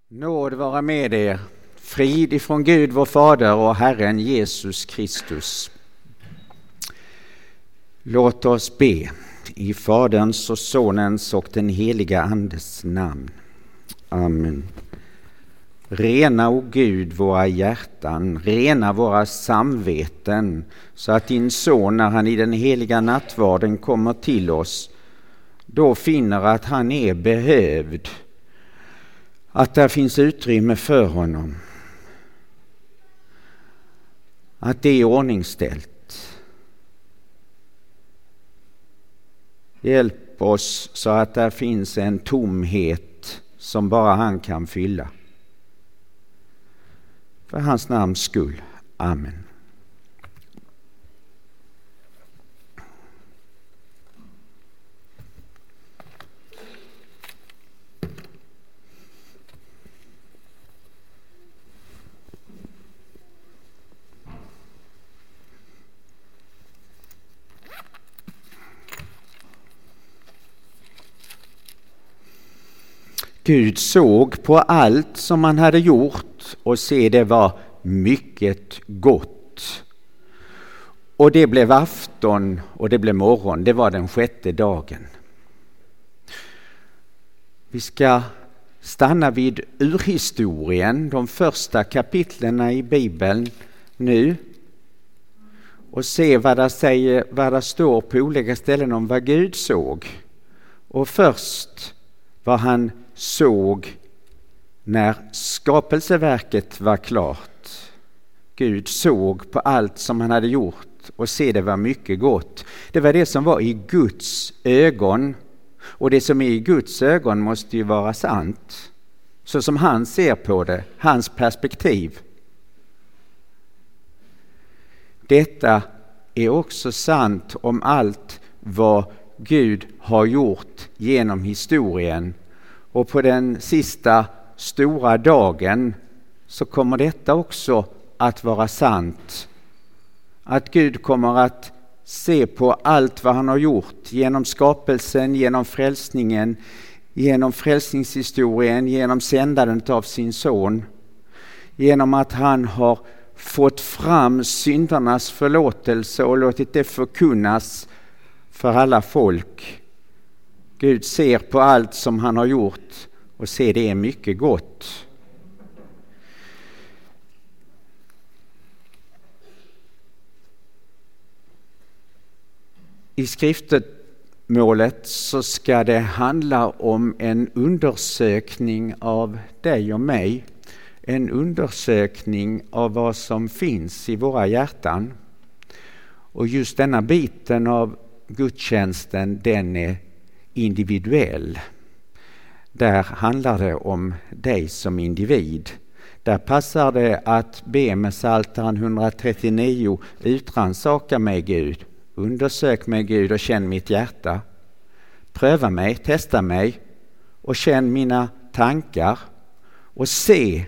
Nåd vara med er, frid ifrån Gud vår Fader och Herren Jesus Kristus. Låt oss be i Faderns och Sonens och den heliga Andes namn. Amen. Rena, o Gud, våra hjärtan, rena våra samveten, så att din son, när han i den heliga nattvarden kommer till oss, då finner att han är behövd, att där finns utrymme för honom, att det är ordningställt. Hjälp oss så att där finns en tomhet som bara han kan fylla. För hans namns skull. Amen. Gud såg på allt som han hade gjort och se, det var mycket gott. Och det blev afton och det blev morgon. Det var den 6:e dagen. Vi ska stanna vid urhistorien, de första kapitlen i Bibeln nu, och se vad det står på olika ställen om vad Gud såg. Och först vad han såg när skapelseverket var klart. Gud såg på allt som han hade gjort och se, det var mycket gott. Det var det som var i Guds ögon. Och det som är i Guds ögon måste ju vara sant. Så som han ser på det, hans perspektiv. Detta är också sant om allt vad Gud har gjort genom historien. Och på den sista stora dagen så kommer detta också att vara sant. Att Gud kommer att se på allt vad han har gjort genom skapelsen, genom frälsningen, genom frälsningshistorien, genom sändandet av sin son. Genom att han har fått fram syndernas förlåtelse och låtit det förkunnas för alla folk. Gud ser på allt som han har gjort och ser, det är mycket gott. I skriftmålet så ska det handla om en undersökning av dig och mig. En undersökning av vad som finns i våra hjärtan. Och just denna biten av gudstjänsten, den är individuell. Där handlar det om dig som individ. Där passar det att be med Psaltaren 139: utransaka mig, Gud, undersök mig, Gud, och känn mitt hjärta. Pröva mig, testa mig och känn mina tankar och se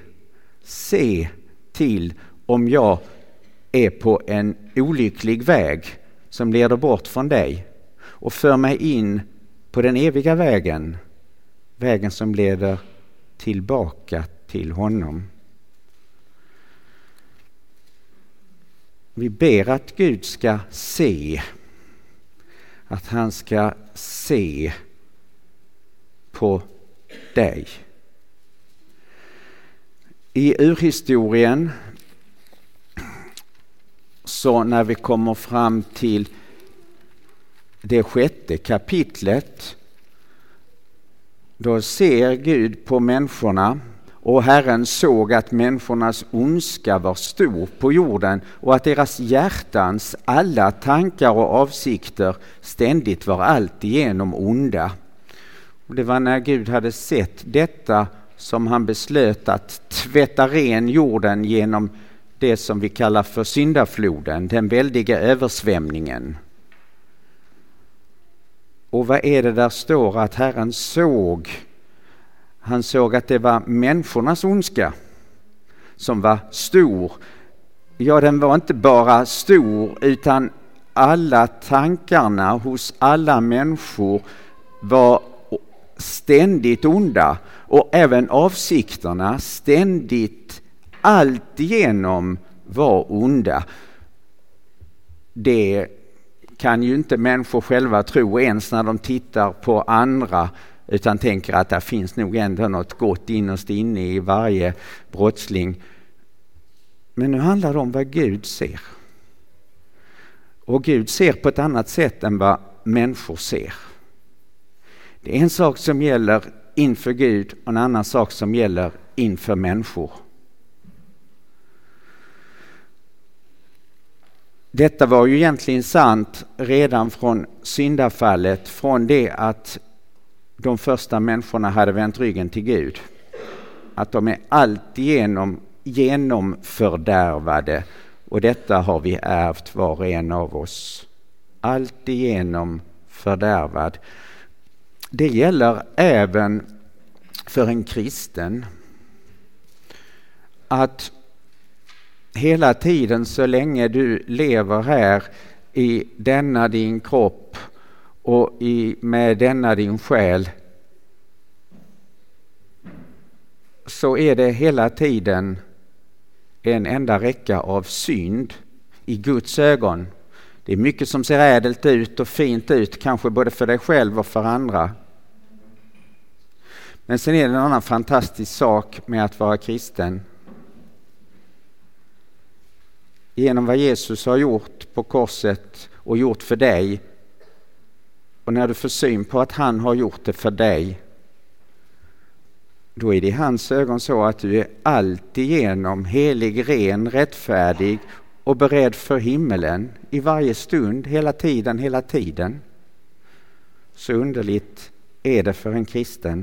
till om jag är på en olycklig väg som leder bort från dig, och för mig in på den eviga vägen som leder tillbaka till honom. Vi ber att Gud ska se, att han ska se på dig. I urhistorien, så när vi kommer fram till det 6:e kapitlet, då ser Gud på människorna, och Herren såg att människornas ondska var stor på jorden och att deras hjärtans alla tankar och avsikter ständigt var alltigenom onda. Och det var när Gud hade sett detta som han beslöt att tvätta ren jorden genom det som vi kallar för syndafloden, den väldiga översvämningen. Och vad är det där står att Herren såg? Han såg att det var människornas ondska som var stor. Ja, den var inte bara stor, utan alla tankarna hos alla människor var ständigt onda och även avsikterna ständigt alltigenom var onda. Det kan ju inte människor själva tro ens när de tittar på andra, utan tänker att det finns nog ändå något gott innerst inne i varje brottsling. Men nu handlar det om vad Gud ser. Och Gud ser på ett annat sätt än vad människor ser. Det är en sak som gäller inför Gud och en annan sak som gäller inför människor. Detta var ju egentligen sant redan från syndafallet, från det att de första människorna hade vänt ryggen till Gud. Att de är alltigenom genomfördärvade, och detta har vi ärvt var och en av oss. Alltigenom fördärvad. Det gäller även för en kristen att hela tiden så länge du lever här i denna din kropp och med denna din själ, så är det hela tiden en enda räcka av synd i Guds ögon. Det är mycket som ser ädelt ut och fint ut, kanske både för dig själv och för andra. Men sen är det en annan fantastisk sak med att vara kristen. Genom vad Jesus har gjort på korset och gjort för dig, och när du får syn på att han har gjort det för dig, då är det i hans ögon så att du är alltigenom helig, ren, rättfärdig och beredd för himmelen i varje stund, hela tiden. Så underligt är det för en kristen.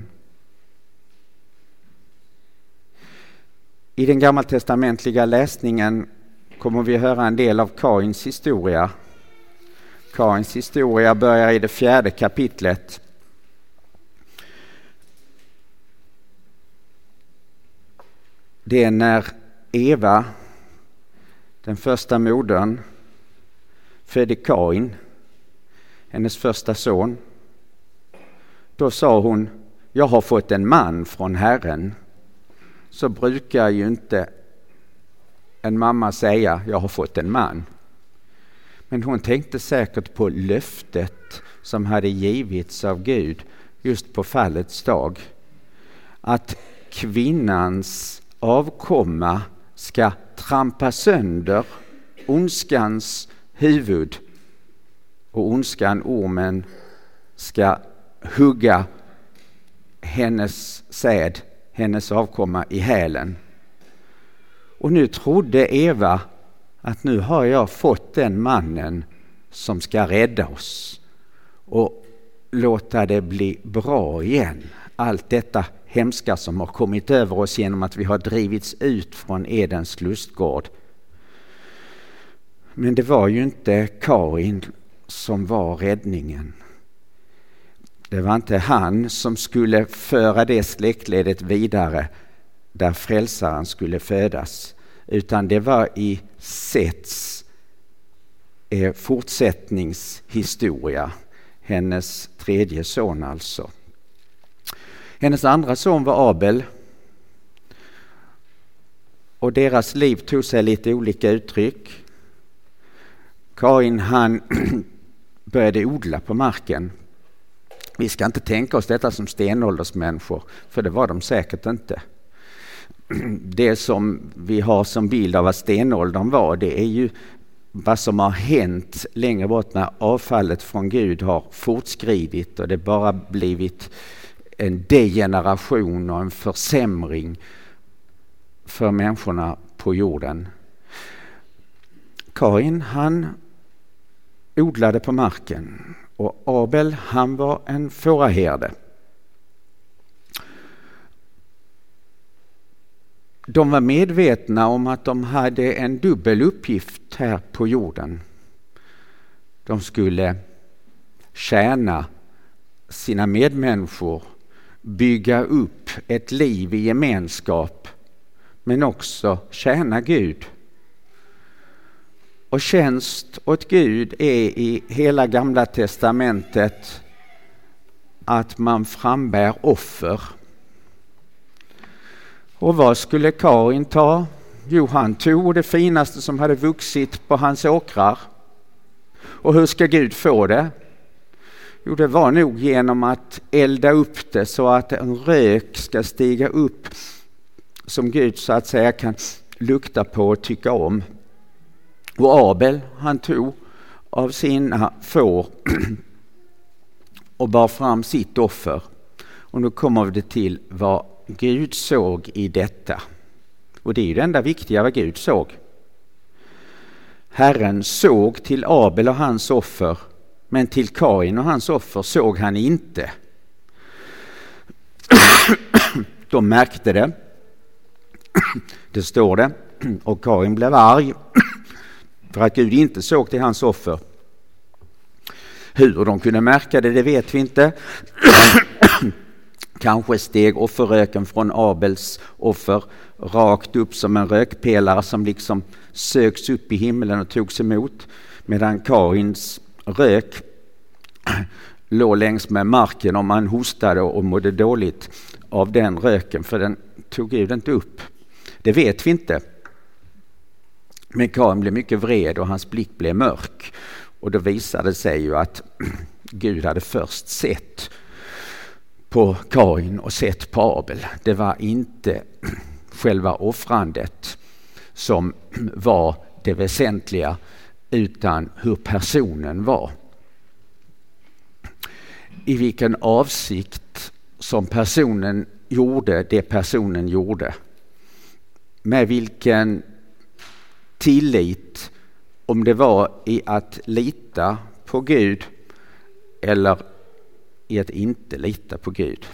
I den gammaltestamentliga läsningen kommer vi höra en del av Kains historia. Kains historia börjar i det 4:e kapitlet. Det är när Eva, den första modern, födde Kain, hennes första son. Då sa hon: jag har fått en man från Herren. Så brukar ju inte en mamma säga: jag har fått en man. Men hon tänkte säkert på löftet som hade givits av Gud just på fallets dag. Att kvinnans avkomma ska trampa sönder ondskans huvud, och ondskan, ormen, ska hugga hennes säd, hennes avkomma, i hälen. Och nu trodde Eva att nu har jag fått den mannen som ska rädda oss och låta det bli bra igen. Allt detta hemska som har kommit över oss genom att vi har drivits ut från Edens lustgård. Men det var ju inte Kain som var räddningen. Det var inte han som skulle föra det släktledet vidare där frälsaren skulle födas, utan det var i Sets fortsättningshistoria, hennes 3:e son alltså. Hennes andra son var Abel, och deras liv tog sig lite olika uttryck. Kain, han började odla på marken. Vi ska inte tänka oss detta som stenåldersmänniskor, för det var de säkert inte. Det som vi har som bild av vad stenåldern var, det är ju vad som har hänt längre bort när avfallet från Gud har fortskridit och det bara blivit en degeneration och en försämring för människorna på jorden. Kain, han odlade på marken, och Abel, han var en fåraherde. De var medvetna om att de hade en dubbel uppgift här på jorden. De skulle tjäna sina medmänniskor, bygga upp ett liv i gemenskap, men också tjäna Gud. Och tjänst åt Gud är i hela Gamla testamentet att man frambär offer. Och vad skulle Kain ta? Jo, han tog det finaste som hade vuxit på hans åkrar. Och hur ska Gud få det? Jo, det var nog genom att elda upp det så att en rök ska stiga upp som Gud så att säga kan lukta på och tycka om. Och Abel, han tog av sina får och bar fram sitt offer. Och nu kommer det till vad Gud såg i detta. Och det är ju det enda viktiga vad Gud såg. Herren såg till Abel och hans offer, men till Kain och hans offer såg han inte. De märkte det. Det står det. Och Kain blev arg för att Gud inte såg till hans offer. Hur de kunde märka det vet vi inte. Kanske steg offerröken från Abels offer rakt upp som en rökpelare som liksom söks upp i himlen och togs emot. Medan Kains rök låg längs med marken och man hostade och mådde dåligt av den röken, för den tog Gud inte upp. Det vet vi inte. Men Kain blev mycket vred och hans blick blev mörk. Och då visade det sig ju att Gud hade först sett på Kain och sett på Abel. Det var inte själva offrandet som var det väsentliga, utan hur personen var. I vilken avsikt som personen gjorde det personen gjorde. Med vilken tillit, om det var i att lita på Gud eller i att inte lita på Gud.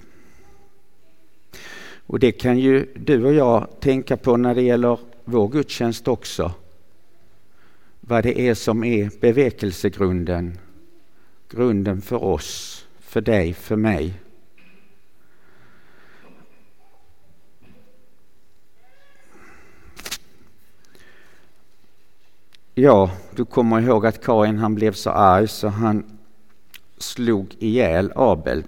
Och det kan ju du och jag tänka på när det gäller vår gudstjänst också. Vad det är som är bevekelsegrunden. Grunden för oss, för dig, för mig. Ja, du kommer ihåg att Kain, han blev så arg så han slog ihjäl Abel.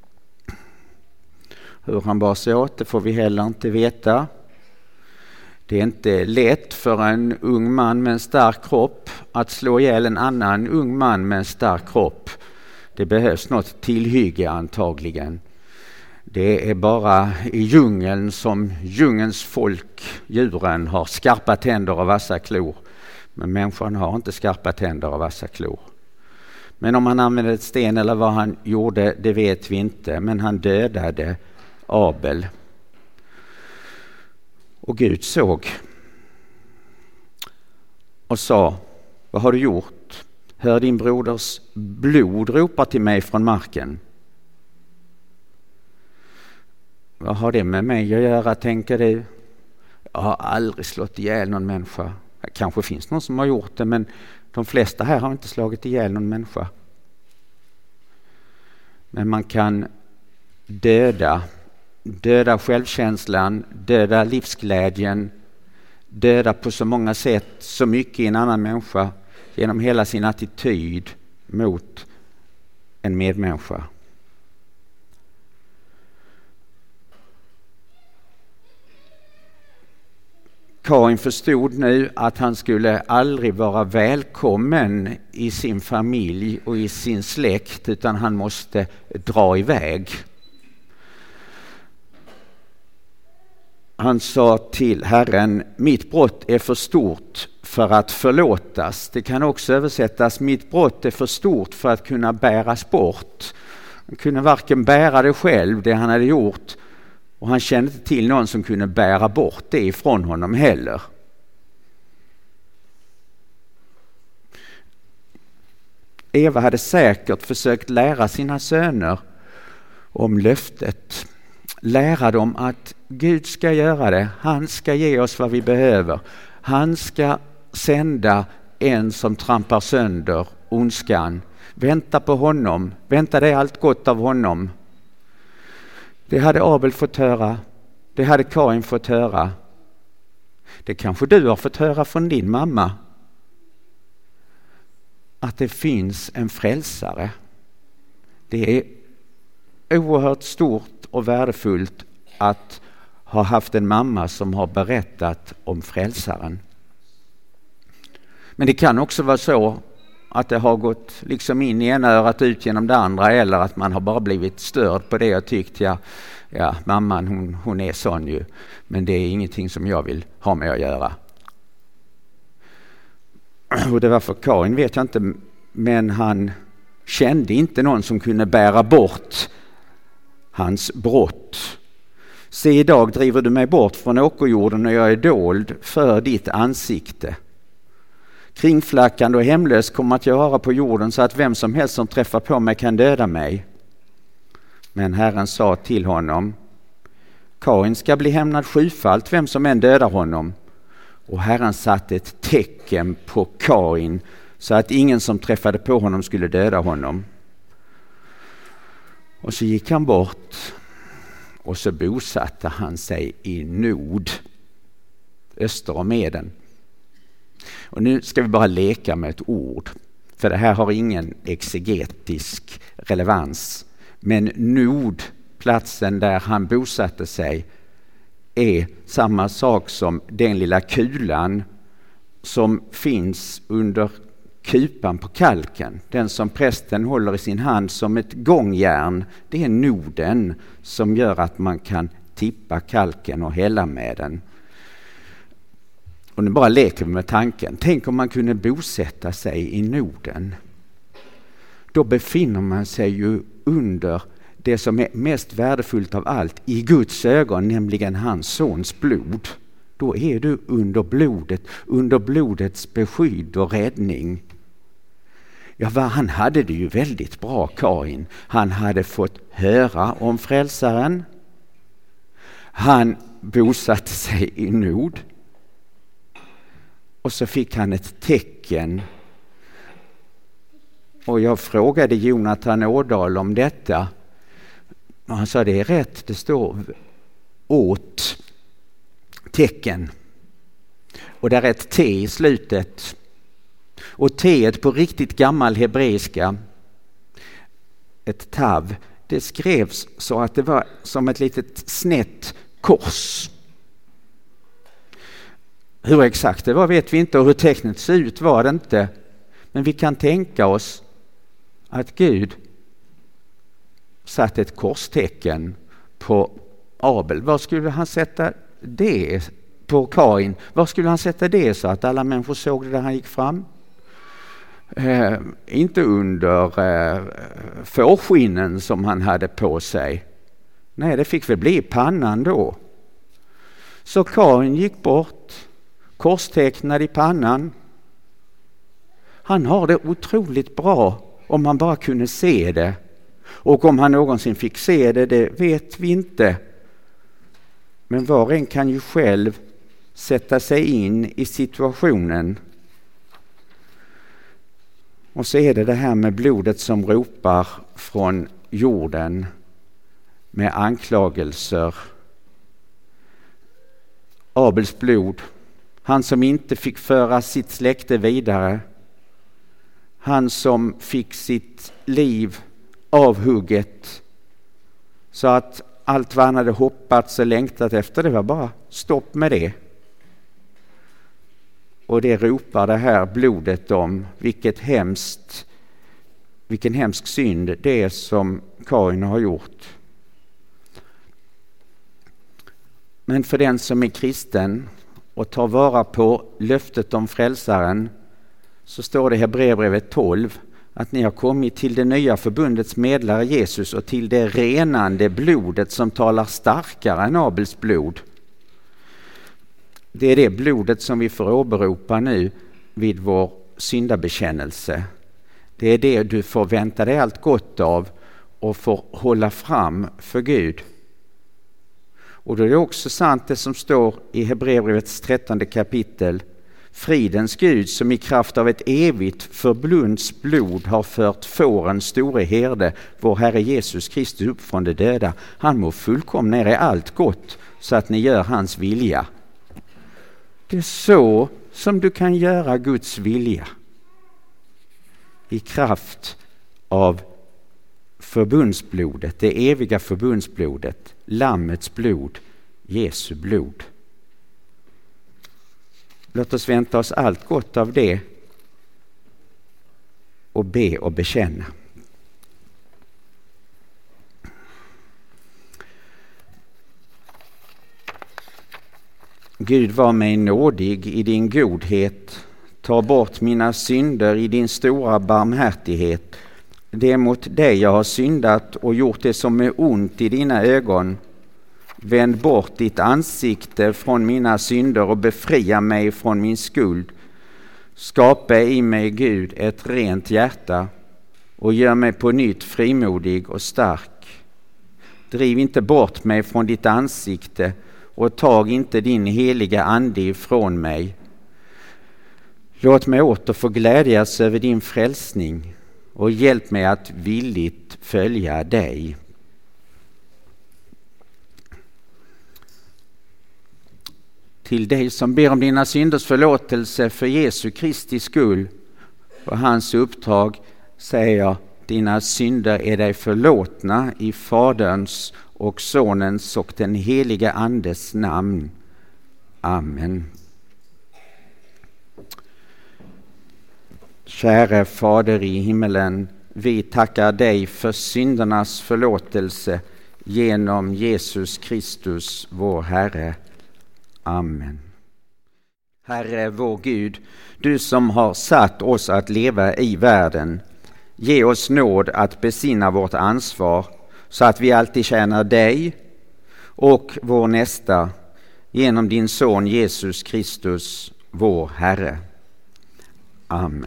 Hur han bar sig åt, det får vi heller inte veta. Det är inte lätt för en ung man med en stark kropp att slå ihjäl en annan ung man med en stark kropp. Det behövs något tillhygge antagligen. Det är bara i djungeln som djungelns folk, djuren, har skarpa tänder och vassa klor. Men människan har inte skarpa tänder och vassa klor. Men om han använde ett sten eller vad han gjorde, det vet vi inte. Men han dödade Abel. Och Gud såg och sa: vad har du gjort? Hör din broders blod ropa till mig från marken. Vad har det med mig att göra, tänker du? Jag har aldrig slått ihjäl någon människa. Det kanske finns någon som har gjort det, men de flesta här har inte slagit ihjäl någon människa. Men man kan döda självkänslan, döda livsglädjen, döda på så många sätt så mycket i en annan människa genom hela sin attityd mot en medmänniska. Kain förstod nu att han skulle aldrig vara välkommen i sin familj och i sin släkt, utan han måste dra iväg. Han sa till Herren: mitt brott är för stort för att förlåtas. Det kan också översättas: mitt brott är för stort för att kunna bäras bort. Han kunde varken bära det själv, det han hade gjort, och han kände inte till någon som kunde bära bort det ifrån honom heller. Eva hade säkert försökt lära sina söner om löftet. Lära dem att Gud ska göra det. Han ska ge oss vad vi behöver. Han ska sända en som trampar sönder ondskan. Vänta på honom. Vänta dig allt gott av honom. Det hade Abel fått höra. Det hade Kain fått höra. Det kanske du har fått höra från din mamma. Att det finns en frälsare. Det är oerhört stort och värdefullt att ha haft en mamma som har berättat om frälsaren. Men det kan också vara så att det har gått liksom in i ena örat ut genom det andra, eller att man har bara blivit störd på det och tyckt ja mamman hon är sån ju, men det är ingenting som jag vill ha med att göra. Och det var för Kain vet jag inte, men han kände inte någon som kunde bära bort hans brott. Se, idag driver du mig bort från åkerjorden och jag är dold för ditt ansikte. Kringflackande och hemlös kommer att jag vara på jorden, så att vem som helst som träffar på mig kan döda mig. Men Herren sa till honom: Kain ska bli hämnad sjufalt, vem som än dödar honom. Och Herren satte ett tecken på Kain, så att ingen som träffade på honom skulle döda honom. Och så gick han bort och så bosatte han sig i Nod, öster om Eden. Och nu ska vi bara leka med ett ord, för det här har ingen exegetisk relevans. Men Nod, platsen där han bosatte sig, är samma sak som den lilla kulan som finns under kupan på kalken. Den som prästen håller i sin hand som ett gångjärn, det är noden som gör att man kan tippa kalken och hälla med den. Och nu bara leker vi med tanken. Tänk om man kunde bosätta sig i Norden. Då befinner man sig ju under det som är mest värdefullt av allt i Guds ögon, nämligen hans sons blod. Då är du under blodets beskydd och räddning. Ja, han hade det ju väldigt bra, Kain. Han hade fått höra om frälsaren. Han bosatte sig i Nod. Och så fick han ett tecken. Och jag frågade Jonathan Ådahl om detta. Och han sa det är rätt, det står åt tecken. Och där är ett T i slutet. Och T på riktigt gammal hebreiska, ett tav, det skrevs så att det var som ett litet snett kors. Hur exakt det var vet vi inte, och hur tecknet ser ut var det inte. Men vi kan tänka oss att Gud satte ett korstecken på Abel. Var skulle han sätta det? På Kain. Var skulle han sätta det så att alla människor såg det där han gick fram? Inte under fårskinnen som han hade på sig. Nej, det fick väl bli i pannan då. Så Kain gick bort, korstecknad i pannan. Han har det otroligt bra om han bara kunde se det. Och om han någonsin fick se det, det vet vi inte. Men var och en kan ju själv sätta sig in i situationen. Och så är det här med blodet som ropar från jorden med anklagelser. Abels blod, han som inte fick föra sitt släkte vidare. Han som fick sitt liv avhugget så att allt vad han hade hoppats och längtat efter, det var bara stopp med det. Och det ropar det här blodet om vilken hemsk synd det är som Kain har gjort. Men för den som är kristen och tar vara på löftet om frälsaren, så står det i Hebreerbrevet 12 att ni har kommit till det nya förbundets medlare Jesus och till det renande blodet som talar starkare än Abels blod. Det är det blodet som vi får åberopa nu vid vår syndabekännelse. Det är det du får vänta dig allt gott av och får hålla fram för Gud. Och då är det också sant det som står i Hebreerbrevets 13 kapitel. Fridens Gud som i kraft av ett evigt förbunds blod har fört fårens store herde, vår Herre Jesus Kristus upp från de döda. Han må fullkomna er i allt gott så att ni gör hans vilja. Det är så som du kan göra Guds vilja. I kraft av förbundsblodet, det eviga förbundsblodet, Lammets blod, Jesu blod. Låt oss vänta oss allt gott av det och be och bekänna. Gud, var mig nådig i din godhet. Ta bort mina synder i din stora barmhärtighet. Det är mot dig jag har syndat och gjort det som är ont i dina ögon. Vänd bort ditt ansikte från mina synder och befria mig från min skuld. Skapa i mig, Gud, ett rent hjärta och gör mig på nytt frimodig och stark. Driv inte bort mig från ditt ansikte och tag inte din heliga ande ifrån mig. Låt mig åter få glädjas över din frälsning och hjälp mig att villigt följa dig. Till dig som ber om dina synders förlåtelse för Jesu Kristi skull och hans uppdrag säger jag: dina synder är dig förlåtna i Faderns och Sonens och den heliga Andes namn. Amen. Käre Fader i himmelen, vi tackar dig för syndernas förlåtelse genom Jesus Kristus, vår Herre. Amen. Herre vår Gud, du som har satt oss att leva i världen, ge oss nåd att besinna vårt ansvar så att vi alltid tjänar dig och vår nästa genom din son Jesus Kristus, vår Herre. Amen.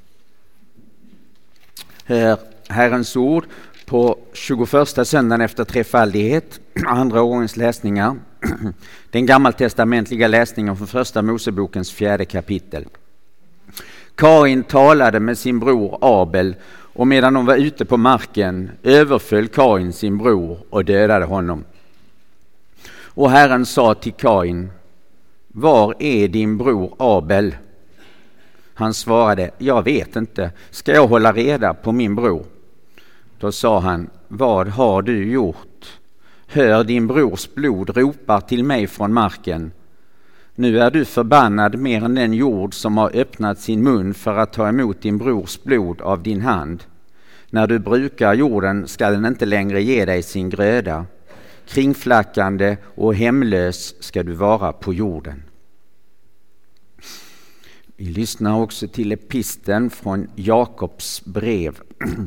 Hör Herrens ord på 21 söndagen efter trefaldighet, andra årens läsningar. Den gammaltestamentliga läsningen från första Mosebokens 4:e kapitel. Kain talade med sin bror Abel, och medan de var ute på marken överföll Kain sin bror och dödade honom. Och Herren sa till Kain: var är din bror Abel? Han svarade: jag vet inte, ska jag hålla reda på min bror? Då sa han: vad har du gjort? Hör, din brors blod ropar till mig från marken. Nu är du förbannad mer än den jord som har öppnat sin mun för att ta emot din brors blod av din hand. När du brukar jorden ska den inte längre ge dig sin gröda. Kringflackande och hemlös ska du vara på jorden. Vi lyssnar också till episten från Jakobs brev.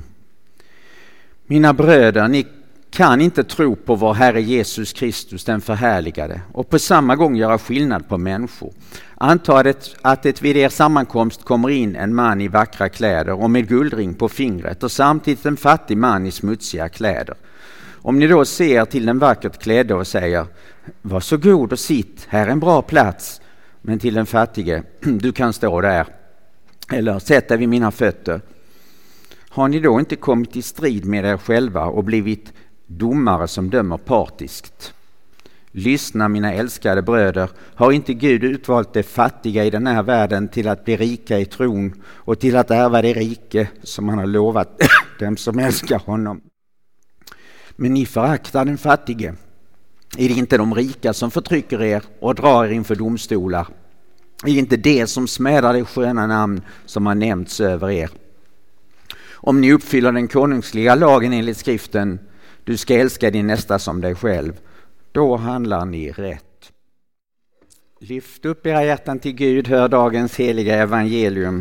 Mina bröder, ni kan inte tro på vår Herre Jesus Kristus den förhärligade och på samma gång göra skillnad på människor. Anta att det vid er sammankomst kommer in en man i vackra kläder och med guldring på fingret och samtidigt en fattig man i smutsiga kläder. Om ni då ser till den vackert klädde och säger: var så god och sitt, här är en bra plats. Men till den fattige: du kan stå där, eller sätt dig vid mina fötter. Har ni då inte kommit i strid med er själva och blivit domare som dömer partiskt? Lyssna, mina älskade bröder, har inte Gud utvalt det fattiga i den här världen till att bli rika i tron och till att ärva det rike som han har lovat dem som älskar honom? Men ni föraktar den fattige. Är det inte de rika som förtrycker er och drar er inför domstolar? Är det inte det som smädar det sköna namn som har nämnts över er? Om ni uppfyller den konungsliga lagen enligt skriften: du ska älska din nästa som dig själv, då handlar ni rätt. Lyft upp era hjärtan till Gud, hör dagens heliga evangelium.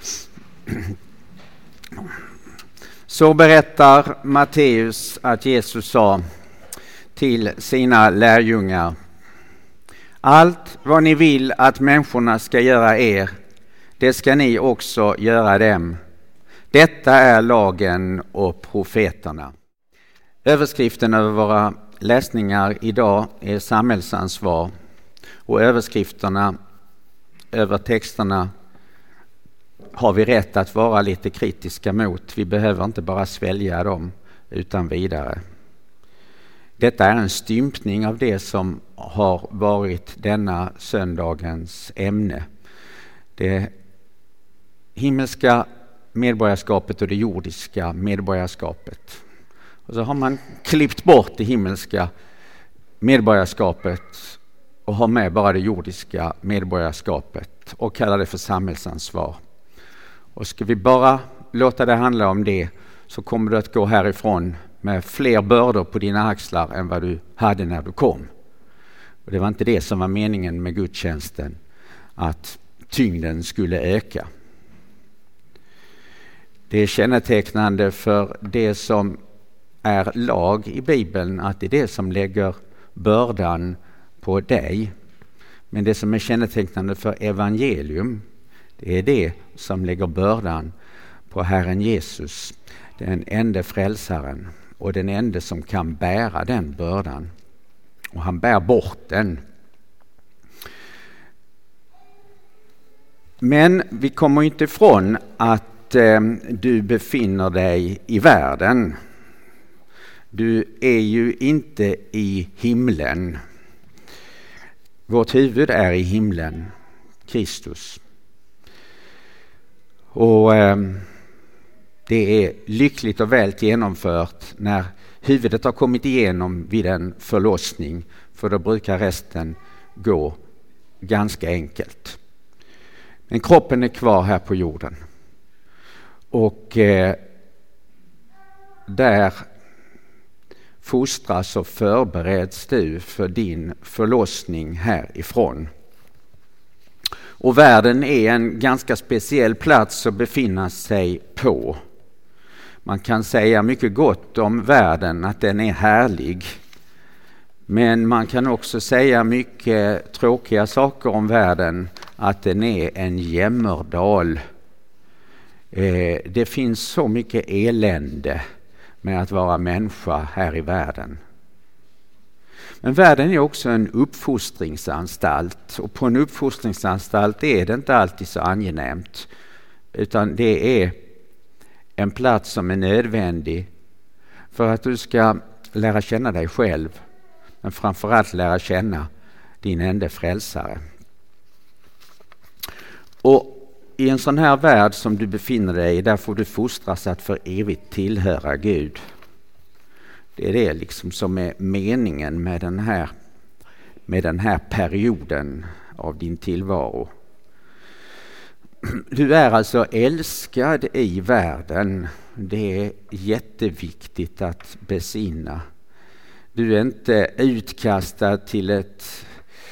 Så berättar Matteus att Jesus sa till sina lärjungar: allt vad ni vill att människorna ska göra er, det ska ni också göra dem. Detta är lagen och profeterna. Överskriften över våra läsningar idag är samhällsansvar, och överskrifterna över texterna har vi rätt att vara lite kritiska mot. Vi behöver inte bara svälja dem utan vidare. Detta är en stympning av det som har varit denna söndagens ämne. Det himmelska medborgarskapet och det jordiska medborgarskapet. Och så har man klippt bort det himmelska medborgarskapet och har med bara det jordiska medborgarskapet och kallar det för samhällsansvar. Och ska vi bara låta det handla om det, så kommer du att gå härifrån med fler bördor på dina axlar än vad du hade när du kom. Och det var inte det som var meningen med gudstjänsten, att tyngden skulle öka. Det är kännetecknande för det som är lag i Bibeln, att det är det som lägger bördan på dig. Men det som är kännetecknande för evangelium, det är det som lägger bördan på Herren Jesus, den enda frälsaren och den enda som kan bära den bördan. Och han bär bort den. Men vi kommer inte ifrån att du befinner dig i världen. Du är ju inte i himlen. Vårt huvud är i himlen, Kristus. Och det är lyckligt och väl genomfört när huvudet har kommit igenom vid en förlossning, för då brukar resten gå ganska enkelt. Men kroppen är kvar här på jorden. Och där fostras och förbereds du för din förlossning härifrån. Och världen är en ganska speciell plats att befinna sig på. Man kan säga mycket gott om världen, att den är härlig. Men man kan också säga mycket tråkiga saker om världen, att den är en jämmerdal. Det finns så mycket elände med att vara människa här i världen. Men världen är också en uppfostringsanstalt, och på en uppfostringsanstalt är det inte alltid så angenämt, utan det är en plats som är nödvändig för att du ska lära känna dig själv, men framförallt lära känna din enda frälsare. Och i en sån här värld som du befinner dig i, där får du fostras att för evigt tillhöra Gud. Det är det liksom som är meningen med den här perioden av din tillvaro. Du är alltså älskad i världen. Det är jätteviktigt att besinna. Du är inte utkastad till ett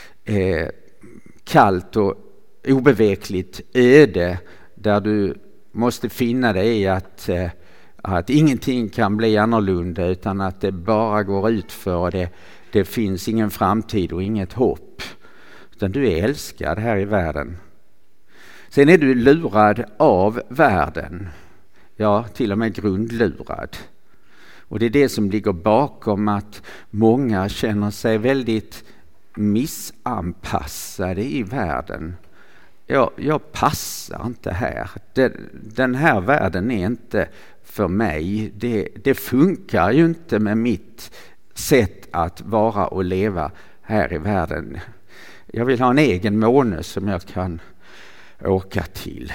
kallt och obevekligt öde där du måste finna dig i att ingenting kan bli annorlunda, utan att det bara går ut för det finns ingen framtid och inget hopp. Utan du är älskad här i världen. Sen är du lurad av världen. Ja, till och med grundlurad. Och det är det som ligger bakom att många känner sig väldigt missanpassade i världen. Jag passar inte här. Den här världen är inte för mig. Det funkar ju inte med mitt sätt att vara och leva här i världen. Jag vill ha en egen måne som jag kan åka till.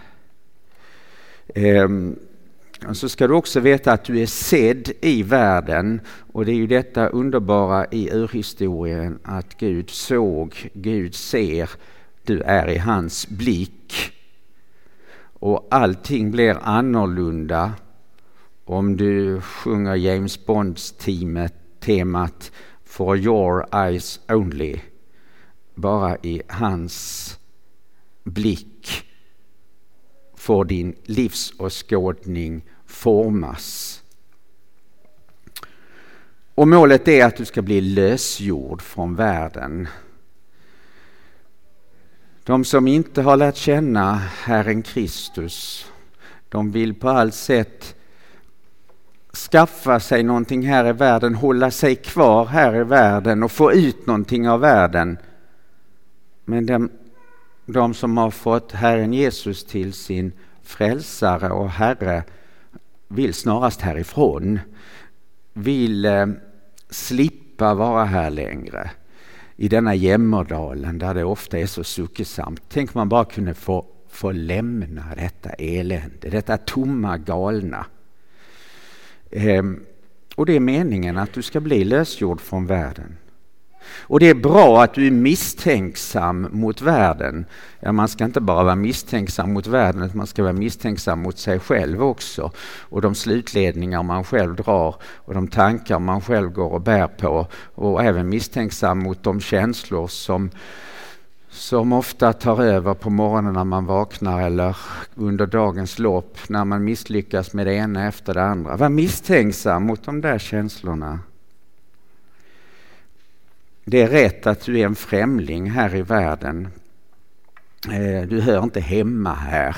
Och så ska du också veta att du är sedd i världen, och det är ju detta underbara i urhistorien, att Gud ser, du är i hans blick. Och allting blir annorlunda om du sjunger James Bonds temat For your eyes only. Bara i hans blick får din livsåskådning formas. Och målet är att du ska bli lösgjord från världen. De som inte har lärt känna Herren Kristus, de vill på allt sätt skaffa sig någonting här i världen, hålla sig kvar här i världen och få ut någonting av världen. Men de som har fått Herren Jesus till sin frälsare och Herre vill snarast härifrån, vill slippa vara här längre. I denna jämmerdalen där det ofta är så suckesamt. Tänk man bara kunde få lämna detta elände, detta tomma galna. Och det är meningen att du ska bli lösgjord från världen. Och det är bra att du är misstänksam mot världen. Ja, man ska inte bara vara misstänksam mot världen, utan man ska vara misstänksam mot sig själv också. Och de slutledningar man själv drar och de tankar man själv går och bär på. Och även misstänksam mot de känslor som ofta tar över på morgonen när man vaknar eller under dagens lopp när man misslyckas med det ena efter det andra. Var misstänksam mot de där känslorna. Det är rätt att du är en främling här i världen. Du hör inte hemma här.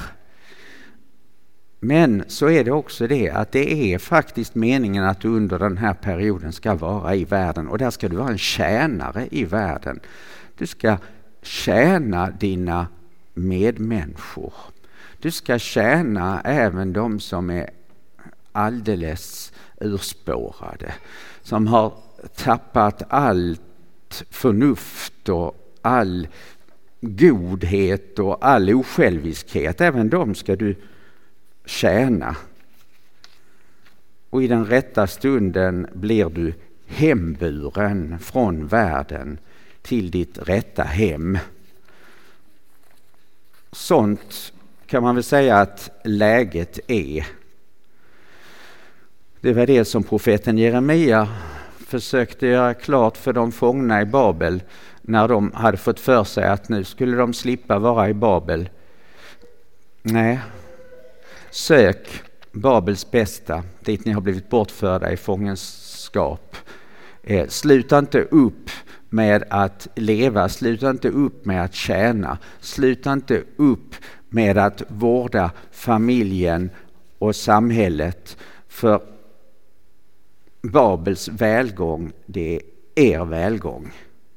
Men så är det också det att det är faktiskt meningen att du under den här perioden ska vara i världen. Och där ska du vara en tjänare i världen. Du ska tjäna dina medmänniskor. Du ska tjäna även de som är alldeles urspårade. Som har tappat allt förnuft och all godhet och all osjälviskhet. Även de ska du tjäna. Och i den rätta stunden blir du hemburen från världen till ditt rätta hem. Sånt kan man väl säga att läget är. Det var det som profeten Jeremia försökte göra klart för de fångna i Babel när de hade fått för sig att nu skulle de slippa vara i Babel. Nej, sök Babels bästa dit ni har blivit bortförda i fångenskap. Sluta inte upp med att leva, sluta inte upp med att tjäna, sluta inte upp med att vårda familjen och samhället, för Babels välgång, det är er välgång.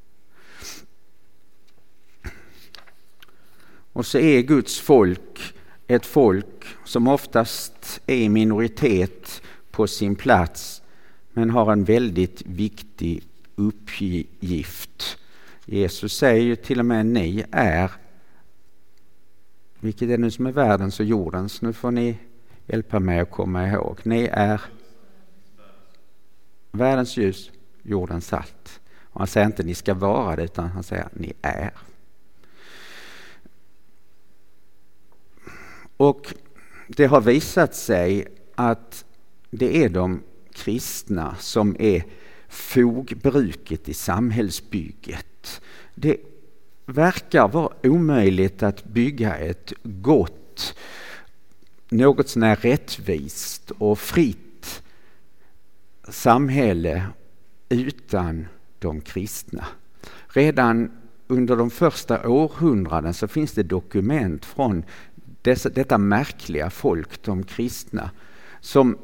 Och så är Guds folk ett folk som oftast är i minoritet på sin plats, men har en väldigt viktig uppgift. Jesus säger ju till och med ni är, vilket är nu som är världens och jordens. Nu får ni hjälpa mig att komma ihåg. Ni är världens ljus, jordens salt. Och han säger inte ni ska vara det, utan han säger ni är. Och det har visat sig att det är de kristna som är fogbruket i samhällsbygget. Det verkar vara omöjligt att bygga ett gott, något sån här rättvist och fritt samhälle utan de kristna. Redan under de första århundraden så finns det dokument från detta märkliga folk, de kristna, som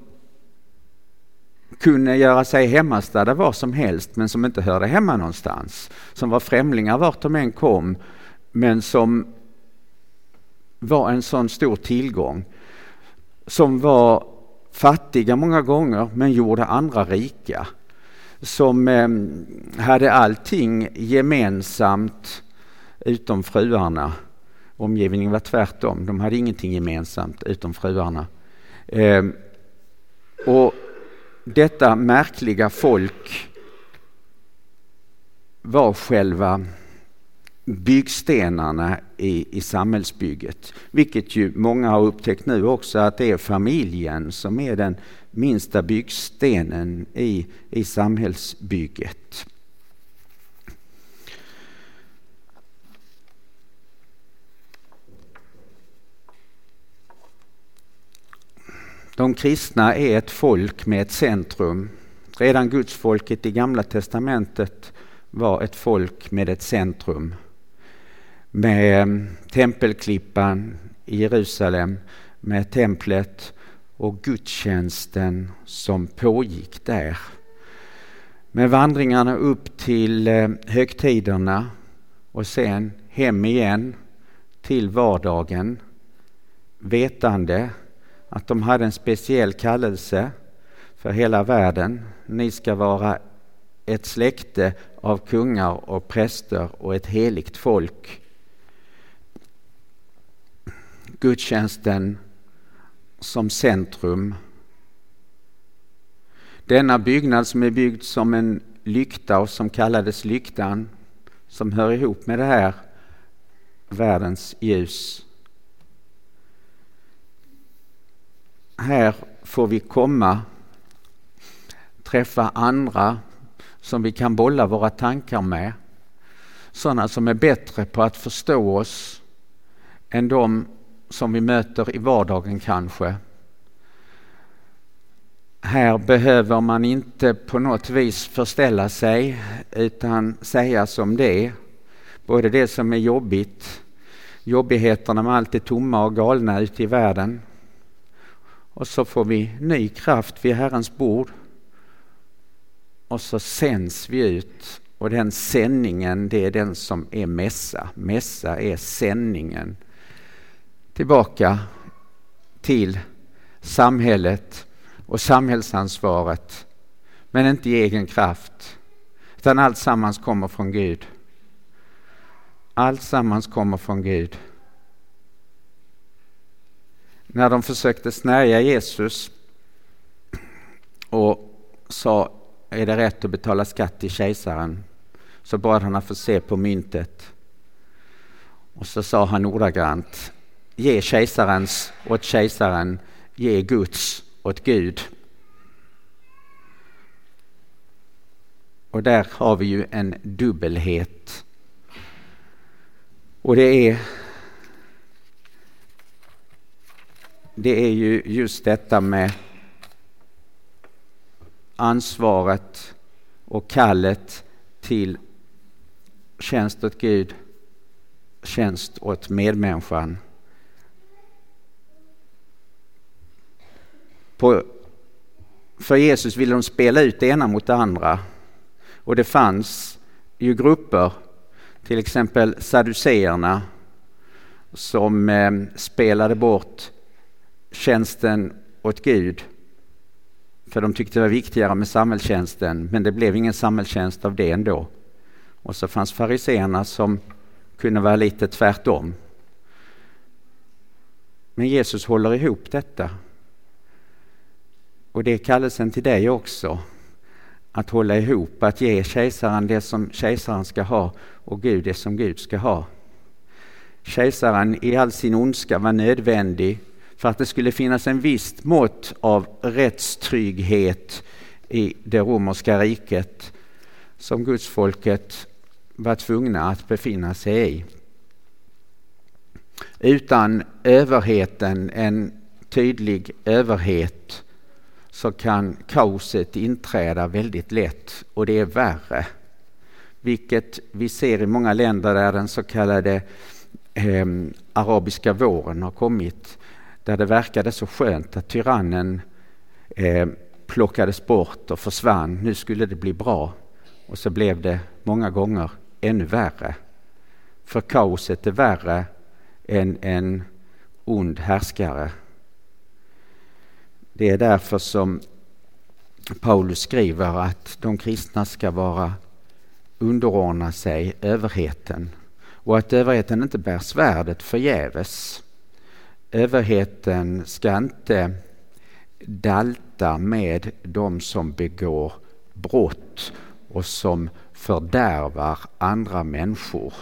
kunde göra sig hemmastadda var som helst, men som inte hörde hemma någonstans. Som var främlingar vart de än kom, men som var en sån stor tillgång. Som var fattiga många gånger, men gjorde andra rika. Som hade allting gemensamt utom fruarna. Omgivningen var tvärtom. De hade ingenting gemensamt utom fruarna. Och detta märkliga folk var själva byggstenarna i samhällsbygget. Vilket ju många har upptäckt nu också, att det är familjen som är den minsta byggstenen i samhällsbygget. De kristna är ett folk med ett centrum. Redan Guds folket i Gamla testamentet var ett folk med ett centrum. Med tempelklippan i Jerusalem, med templet och gudstjänsten som pågick där. Med vandringarna upp till högtiderna och sen hem igen till vardagen, vetande att de hade en speciell kallelse för hela världen. Ni ska vara ett släkte av kungar och präster och ett heligt folk. Gudstjänsten som centrum. Denna byggnad som är byggd som en lykta och som kallades lyktan, som hör ihop med det här världens ljus. Här får vi komma, träffa andra som vi kan bolla våra tankar med. Sådana som är bättre på att förstå oss än de som vi möter i vardagen kanske. Här behöver man inte på något vis förställa sig utan säga som det är. Både det som är jobbigt, jobbigheterna med allt det tomma och galna ute i världen. Och så får vi ny kraft vid Herrens bord. Och så sänds vi ut. Och den sändningen, det är den som är mässa. Mässa är sändningen. Tillbaka till samhället och samhällsansvaret. Men inte i egen kraft. Utan allt sammans kommer från Gud. Allt sammans kommer från Gud. När de försökte snärja Jesus och sa, är det rätt att betala skatt till kejsaren? Så bad han att få se på myntet. Och så sa han ordagrant, ge kejsarens åt kejsaren, ge Guds åt Gud. Och där har vi ju en dubbelhet. Och det är ju just detta med ansvaret och kallet till tjänst åt Gud, tjänst åt medmänniskan. För Jesus ville de spela ut det ena mot det andra. Och det fanns ju grupper, till exempel sadduceerna, som spelade bort tjänsten åt Gud. För de tyckte det var viktigare med samhällstjänsten, men det blev ingen samhällstjänst av det ändå. Och så fanns fariseerna som kunde vara lite tvärtom. Men Jesus håller ihop detta. Och det är kallelsen till dig också. Att hålla ihop, att ge kejsaren det som kejsaren ska ha och Gud det som Gud ska ha. Kejsaren i all sin ondska var nödvändig för att det skulle finnas en viss mått av rättstrygghet i det romerska riket som gudsfolket var tvungna att befinna sig i. Utan överheten, en tydlig överhet, så kan kaoset inträda väldigt lätt, och det är värre. Vilket vi ser i många länder där den så kallade arabiska våren har kommit, där det verkade så skönt att tyrannen plockades bort och försvann. Nu skulle det bli bra, och så blev det många gånger ännu värre. För kaoset är värre än en ond härskare. Det är därför som Paulus skriver att de kristna ska underordna sig överheten, och att överheten inte bär svärdet förgäves. Överheten ska inte dalta med de som begår brott och som fördärvar andra människor.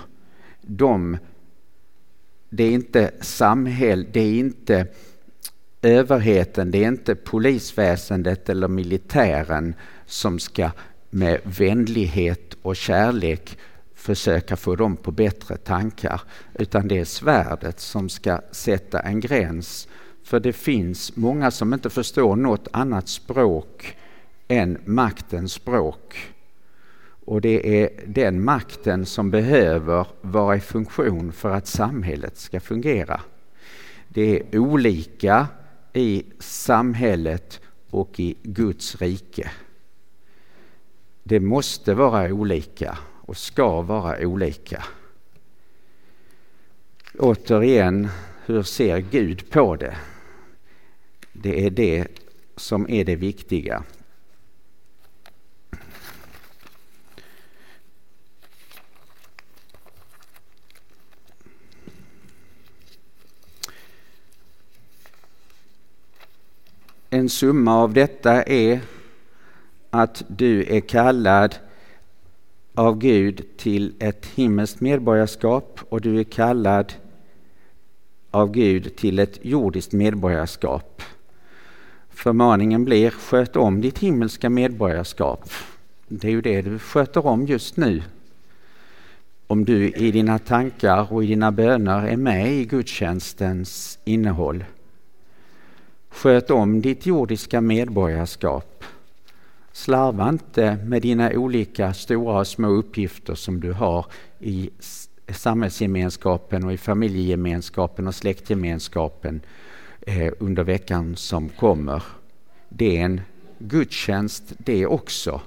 Det är inte samhället, det är inte överheten, det är inte polisväsendet eller militären som ska med vänlighet och kärlek försöka få dem på bättre tankar, utan det är svärdet som ska sätta en gräns. För det finns många som inte förstår något annat språk än maktens språk. Och det är den makten som behöver vara i funktion för att samhället ska fungera. Det är olika i samhället och i Guds rike. Det måste vara olika och ska vara olika. Återigen, hur ser Gud på det? Det är det som är det viktiga. En summa av detta är att du är kallad av Gud till ett himmelskt medborgarskap och du är kallad av Gud till ett jordiskt medborgarskap. Förmaningen blir: sköt om ditt himmelska medborgarskap. Det är ju det du sköter om just nu. Om du i dina tankar och i dina böner är med i gudstjänstens innehåll. Sköt om ditt jordiska medborgarskap. Slarva inte med dina olika stora och små uppgifter som du har i samhällsgemenskapen och i familjegemenskapen och släktgemenskapen under veckan som kommer. Det är en gudstjänst det också.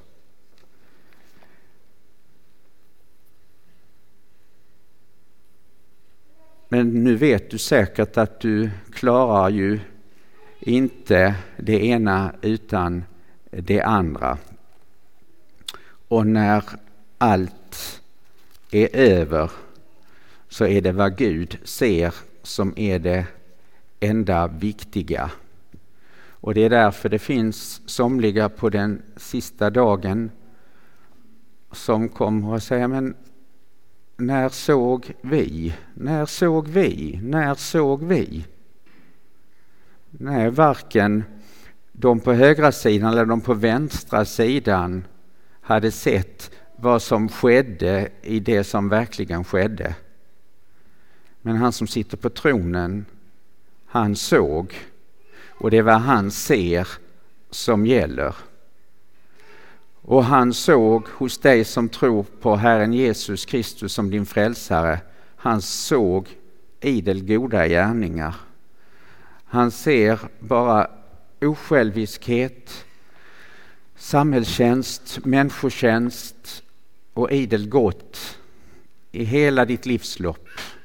Men nu vet du säkert att du klarar ju inte det ena utan det andra. Och när allt är över så är det vad Gud ser som är det enda viktiga. Och det är därför det finns somliga på den sista dagen som kommer att säga: men när såg vi? När såg vi? När såg vi? Nej, varken de på högra sidan eller de på vänstra sidan hade sett vad som skedde i det som verkligen skedde. Men han som sitter på tronen, han såg, och det är vad han ser som gäller. Och han såg hos dig som tror på Herren Jesus Kristus som din frälsare, han såg idel goda gärningar. Han ser bara osjälviskhet, samhällstjänst, människotjänst och idel gott i hela ditt livslopp.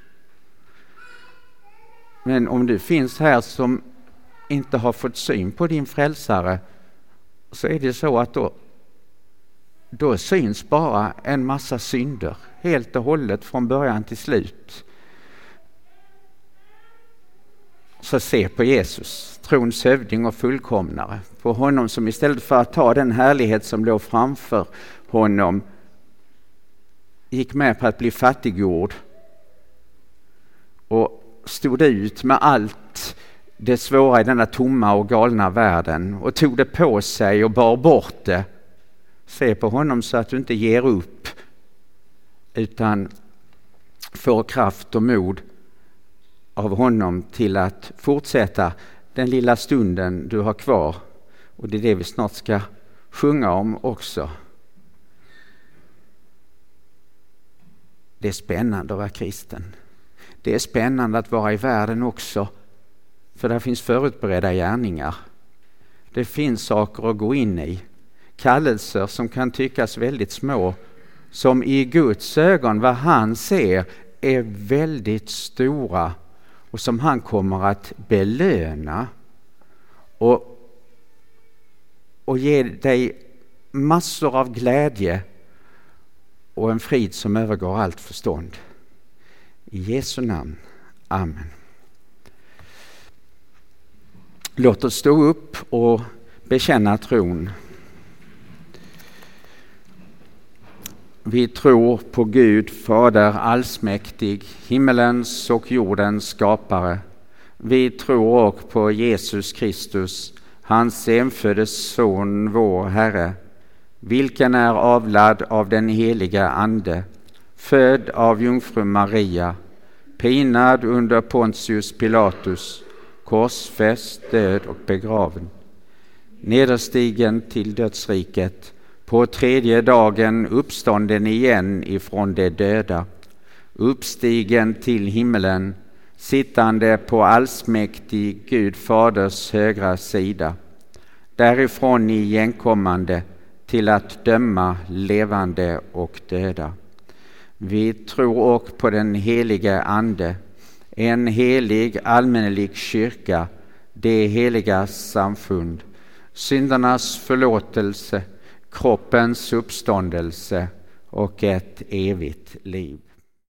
Men om du finns här som inte har fått syn på din frälsare, så är det så att då syns bara en massa synder helt och hållet från början till slut. Så se på Jesus, trons hövding och fullkomnare, på honom som istället för att ta den härlighet som låg framför honom gick med på att bli fattiggjord och stod ut med allt det svåra i denna tomma och galna världen och tog det på sig och bar bort det. Se på honom så att du inte ger upp utan får kraft och mod av honom till att fortsätta den lilla stunden du har kvar. Och det är det vi snart ska sjunga om också. Det är spännande att vara kristen. Det är spännande att vara i världen också. För där finns förutberedda gärningar. Det finns saker att gå in i. Kallelser som kan tyckas väldigt små. Som i Guds ögon, vad han ser, är väldigt stora. Och som han kommer att belöna. Och ge dig massor av glädje. Och en frid som övergår allt förstånd. I Jesu namn. Amen. Låt oss stå upp och bekänna tron. Vi tror på Gud, Fader allsmäktig, himmelens och jordens skapare. Vi tror också på Jesus Kristus, hans enfödde son, vår Herre, vilken är avlad av den heliga Ande, född av jungfru Maria, pinad under Pontius Pilatus, korsfäst, död och begraven, nederstigen till dödsriket, på tredje dagen uppstånden igen ifrån de döda, uppstigen till himmelen, sittande på allsmäktig Gud Faders högra sida, därifrån igenkommande till att döma levande och döda. Vi tror också på den helige Ande, en helig allmännelig kyrka, det heliga samfund, syndernas förlåtelse, kroppens uppståndelse och ett evigt liv.